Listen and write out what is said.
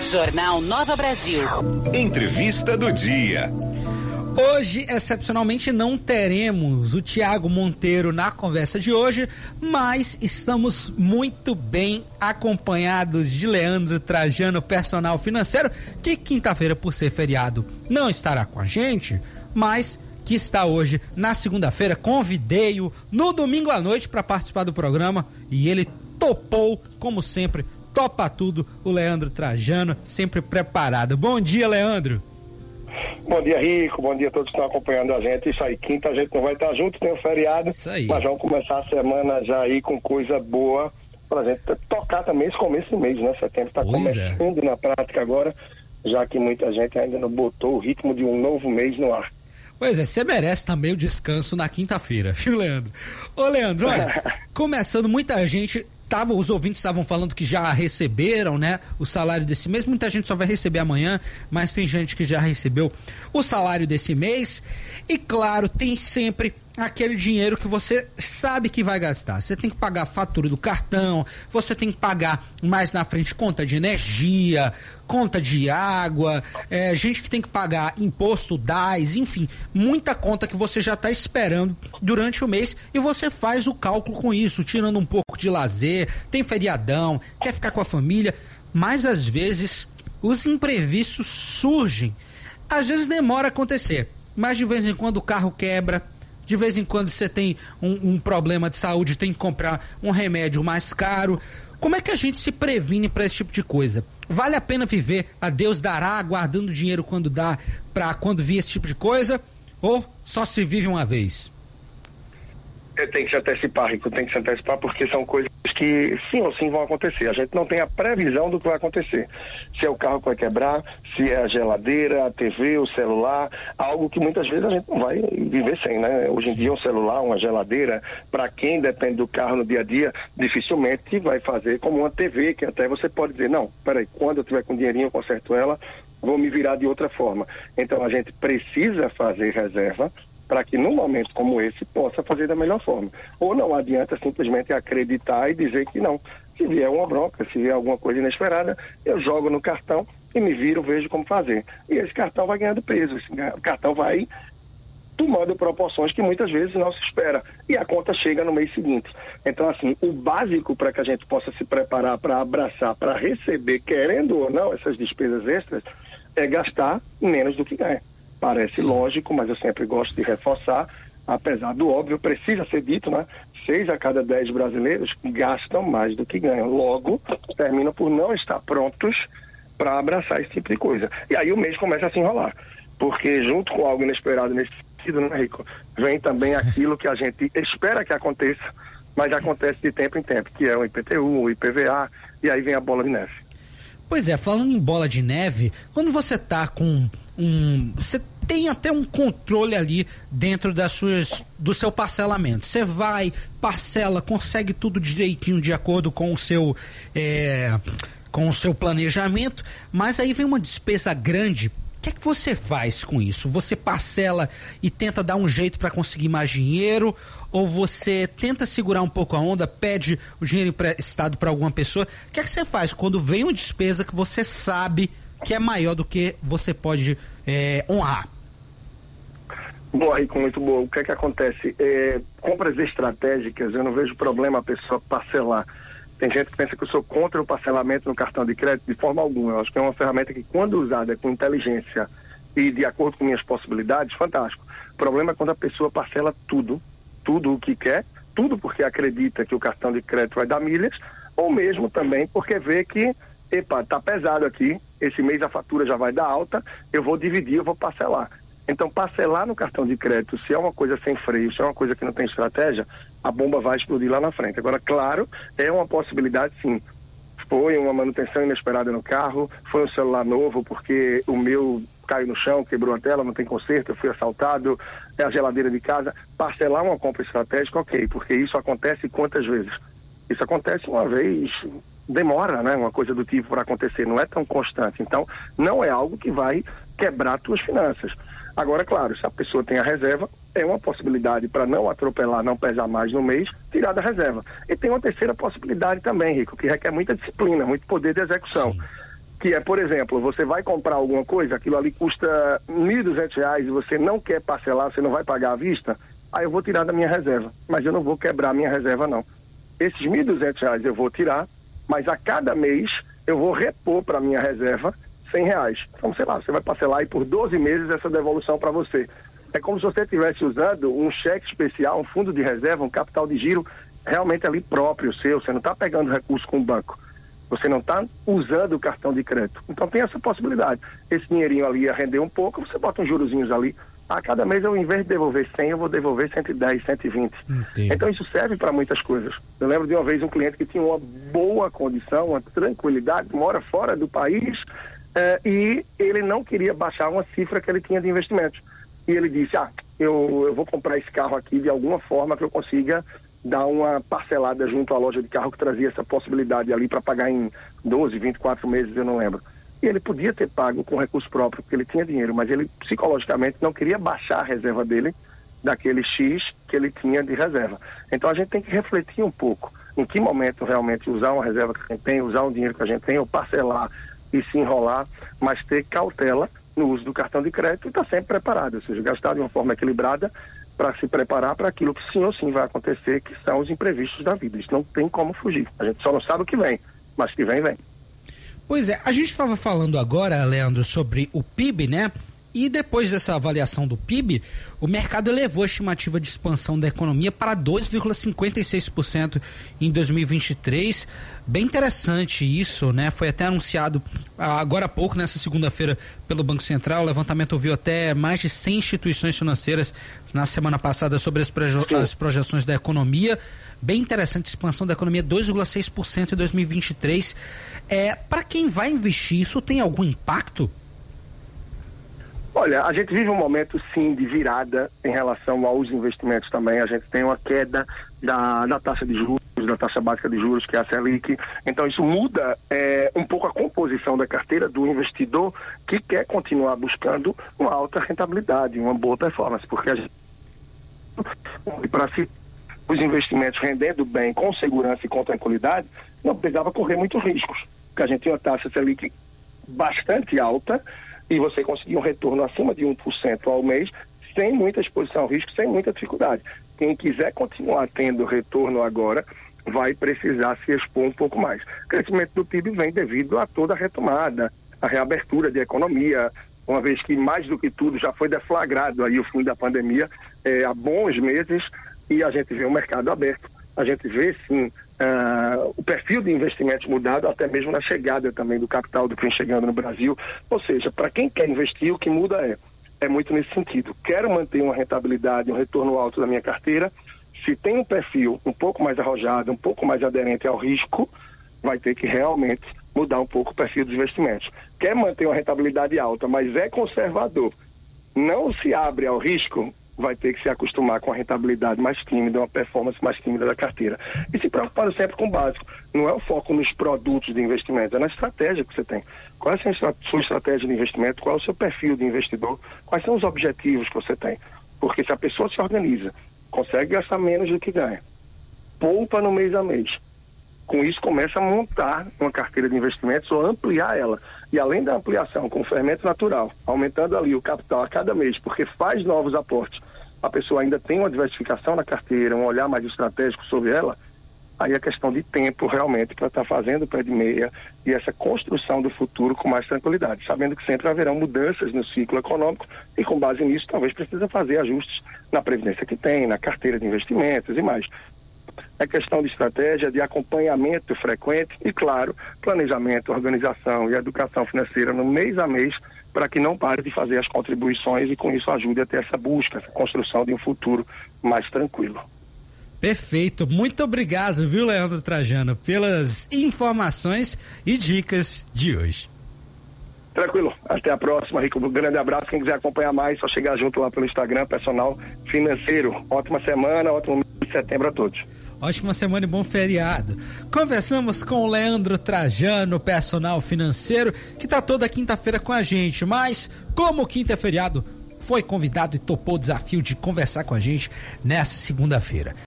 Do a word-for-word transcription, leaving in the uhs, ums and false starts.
Jornal Nova Brasil. Entrevista do dia. Hoje, excepcionalmente, não teremos o Tiago Monteiro na conversa de hoje, mas estamos muito bem acompanhados de Leandro Trajano, personal financeiro, que quinta-feira, por ser feriado, não estará com a gente, mas que está hoje na segunda-feira. Convidei-o no domingo à noite para participar do programa e ele topou, como sempre, topa tudo, o Leandro Trajano, sempre preparado. Bom dia, Leandro. Bom dia, Rico, bom dia a todos que estão acompanhando a gente. Isso aí, quinta a gente não vai estar junto, tem o feriado, Isso aí. Mas vamos começar a semana já aí com coisa boa pra gente tocar também esse começo do mês, né? Setembro está começando é. na prática agora, já que muita gente ainda não botou o ritmo de um novo mês no ar. Pois é, você merece também o descanso na quinta-feira, viu, Leandro? Ô, Leandro, olha, começando, muita gente... Tava, os ouvintes estavam falando que já receberam, né, o salário desse mês. Muita gente só vai receber amanhã, mas tem gente que já recebeu o salário desse mês. E claro, tem sempre aquele dinheiro que você sabe que vai gastar. Você tem que pagar a fatura do cartão, você tem que pagar mais na frente conta de energia, conta de água, é, gente que tem que pagar imposto, D A S, enfim, muita conta que você já está esperando durante o mês e você faz o cálculo com isso, tirando um pouco de lazer, tem feriadão, quer ficar com a família, mas às vezes os imprevistos surgem. Às vezes demora a acontecer, mas de vez em quando o carro quebra, de vez em quando você tem um, um problema de saúde, tem que comprar um remédio mais caro. Como é que a gente se previne para esse tipo de coisa? Vale a pena viver a Deus dará, guardando dinheiro quando dá, para quando vir esse tipo de coisa? Ou só se vive uma vez? Tem que se antecipar, Rico, tem que se antecipar porque são coisas que sim ou sim vão acontecer. A gente não tem a previsão do que vai acontecer. Se é o carro que vai quebrar, se é a geladeira, a T V, o celular, algo que muitas vezes a gente não vai viver sem, né? Hoje em dia um celular, uma geladeira, para quem depende do carro no dia a dia, dificilmente vai fazer como uma T V, que até você pode dizer, não, peraí, quando eu tiver com dinheirinho eu conserto ela, vou me virar de outra forma. Então a gente precisa fazer reserva para que num momento como esse possa fazer da melhor forma. Ou não adianta simplesmente acreditar e dizer que não. Se vier uma bronca, se vier alguma coisa inesperada, eu jogo no cartão e me viro, vejo como fazer. E esse cartão vai ganhando peso, esse cartão vai tomando proporções que muitas vezes não se espera. E a conta chega no mês seguinte. Então, assim, o básico para que a gente possa se preparar para abraçar, para receber, querendo ou não, essas despesas extras, é gastar menos do que ganha. Parece lógico, mas eu sempre gosto de reforçar, apesar do óbvio, precisa ser dito, né? Seis a cada dez brasileiros gastam mais do que ganham. Logo, terminam por não estar prontos para abraçar esse tipo de coisa. E aí o mês começa a se enrolar. Porque junto com algo inesperado nesse sentido, né, Rico? Vem também aquilo que a gente espera que aconteça, mas acontece de tempo em tempo, que é o I P T U, o I P V A, e aí vem a bola de neve. Pois é, falando em bola de neve, quando você tá com um... Você tem até um controle ali dentro das suas, do seu parcelamento. Você vai, parcela, consegue tudo direitinho de acordo com o seu, é, com o seu planejamento, mas aí vem uma despesa grande. O que é que você faz com isso? Você parcela e tenta dar um jeito para conseguir mais dinheiro? Ou você tenta segurar um pouco a onda, pede o dinheiro emprestado para alguma pessoa? O que é que você faz quando vem uma despesa que você sabe que é maior do que você pode é, honrar? Boa, Rico, muito boa. O que é que acontece? É, compras estratégicas, eu não vejo problema a pessoa parcelar. Tem gente que pensa que eu sou contra o parcelamento no cartão de crédito de forma alguma. Eu acho que é uma ferramenta que, quando usada com inteligência e de acordo com minhas possibilidades, fantástico. O problema é quando a pessoa parcela tudo, tudo o que quer, tudo porque acredita que o cartão de crédito vai dar milhas, ou mesmo também porque vê que, epa, tá pesado aqui, esse mês a fatura já vai dar alta, eu vou dividir, eu vou parcelar. Então, parcelar no cartão de crédito, se é uma coisa sem freio, se é uma coisa que não tem estratégia, a bomba vai explodir lá na frente. Agora, claro, é uma possibilidade, sim. Foi uma manutenção inesperada no carro, foi um celular novo, porque o meu caiu no chão, quebrou a tela, não tem conserto, eu fui assaltado, é a geladeira de casa. Parcelar uma compra estratégica, ok, porque isso acontece quantas vezes? Isso acontece uma vez, demora, né? Uma coisa do tipo para acontecer, não é tão constante. Então, não é algo que vai quebrar tuas finanças. Agora, claro, se a pessoa tem a reserva, é uma possibilidade para não atropelar, não pesar mais no mês, tirar da reserva. E tem uma terceira possibilidade também, Rico, que requer muita disciplina, muito poder de execução. Sim. que é, por exemplo, você vai comprar alguma coisa, aquilo ali custa mil e duzentos reais e você não quer parcelar, você não vai pagar à vista, aí eu vou tirar da minha reserva, mas eu não vou quebrar a minha reserva, não. Esses mil e duzentos reais eu vou tirar, mas a cada mês eu vou repor para a minha reserva cem reais. Então, sei lá, você vai parcelar aí por doze meses essa devolução para você. É como se você estivesse usando um cheque especial, um fundo de reserva, um capital de giro realmente ali próprio seu. Você não está pegando recurso com o banco. Você não está usando o cartão de crédito. Então tem essa possibilidade. Esse dinheirinho ali ia render um pouco, você bota uns jurozinhos ali. A cada mês, eu, em vez de devolver cem, eu vou devolver cento e dez, cento e vinte. Entendi. Então isso serve para muitas coisas. Eu lembro de uma vez um cliente que tinha uma boa condição, uma tranquilidade, mora fora do país, eh, e ele não queria baixar uma cifra que ele tinha de investimentos. E ele disse, ah, eu, eu vou comprar esse carro aqui de alguma forma que eu consiga dar uma parcelada junto à loja de carro que trazia essa possibilidade ali para pagar em doze, vinte e quatro meses, eu não lembro. E ele podia ter pago com recurso próprio, porque ele tinha dinheiro, mas ele psicologicamente não queria baixar a reserva dele daquele X que ele tinha de reserva. Então a gente tem que refletir um pouco em que momento realmente usar uma reserva que a gente tem, usar um dinheiro que a gente tem, ou parcelar e se enrolar, mas ter cautela no uso do cartão de crédito e estar sempre preparado, ou seja, gastar de uma forma equilibrada para se preparar para aquilo que sim ou sim vai acontecer, que são os imprevistos da vida. Isso não tem como fugir. A gente só não sabe o que vem, mas que vem, vem. Pois é, a gente estava falando agora, Leandro, sobre o P I B, né? E depois dessa avaliação do P I B, o mercado elevou a estimativa de expansão da economia para dois vírgula cinquenta e seis por cento em dois mil e vinte e três. Bem interessante isso, né? Foi até anunciado agora há pouco, nessa segunda-feira, pelo Banco Central. O levantamento ouviu até mais de cem instituições financeiras na semana passada sobre as, proje- as projeções da economia. Bem interessante, expansão da economia, dois vírgula seis por cento em dois mil e vinte e três. É, para quem vai investir, isso tem algum impacto? Olha, a gente vive um momento, sim, de virada em relação aos investimentos também. A gente tem uma queda da, da taxa de juros, da taxa básica de juros, que é a Selic. Então, isso muda é, um pouco a composição da carteira do investidor que quer continuar buscando uma alta rentabilidade, uma boa performance, porque a gente, para se os investimentos rendendo bem, com segurança e com tranquilidade, não precisava correr muitos riscos, porque a gente tinha uma taxa Selic bastante alta, e você conseguir um retorno acima de um por cento ao mês, sem muita exposição ao risco, sem muita dificuldade. Quem quiser continuar tendo retorno agora, vai precisar se expor um pouco mais. O crescimento do P I B vem devido a toda a retomada, a reabertura de economia, uma vez que mais do que tudo já foi deflagrado aí o fim da pandemia é, há bons meses, e a gente vê o mercado aberto. A gente vê, sim, uh, o perfil de investimentos mudado, até mesmo na chegada também do capital do que vem chegando no Brasil. Ou seja, para quem quer investir, o que muda é, é muito nesse sentido. Quero manter uma rentabilidade, um retorno alto da minha carteira. Se tem um perfil um pouco mais arrojado, um pouco mais aderente ao risco, vai ter que realmente mudar um pouco o perfil dos investimentos. Quer manter uma rentabilidade alta, mas é conservador, não se abre ao risco, vai ter que se acostumar com a rentabilidade mais tímida, uma performance mais tímida da carteira. E se preocupando sempre com o básico. Não é o foco nos produtos de investimento, é na estratégia que você tem. Qual é a sua estratégia de investimento? Qual é o seu perfil de investidor? Quais são os objetivos que você tem? Porque se a pessoa se organiza, consegue gastar menos do que ganha, poupa no mês a mês, com isso começa a montar uma carteira de investimentos ou ampliar ela. E além da ampliação com o fermento natural, aumentando ali o capital a cada mês, porque faz novos aportes, a pessoa ainda tem uma diversificação na carteira, um olhar mais estratégico sobre ela, aí é questão de tempo realmente para estar tá fazendo o pé de meia e essa construção do futuro com mais tranquilidade, sabendo que sempre haverão mudanças no ciclo econômico e com base nisso talvez precisa fazer ajustes na previdência que tem, na carteira de investimentos e mais. É questão de estratégia, de acompanhamento frequente e, claro, planejamento, organização e educação financeira no mês a mês para que não pare de fazer as contribuições e com isso ajude a ter essa busca, essa construção de um futuro mais tranquilo. Perfeito, muito obrigado, viu, Leandro Trajano, pelas informações e dicas de hoje. Tranquilo, até a próxima, Rico, um grande abraço, quem quiser acompanhar mais, só chegar junto lá pelo Instagram, Personal Financeiro. Ótima semana, ótimo mês de setembro a todos. Ótima semana e bom feriado. Conversamos com o Leandro Trajano, Personal Financeiro, que está toda quinta-feira com a gente, mas como quinta é feriado, foi convidado e topou o desafio de conversar com a gente nessa segunda-feira.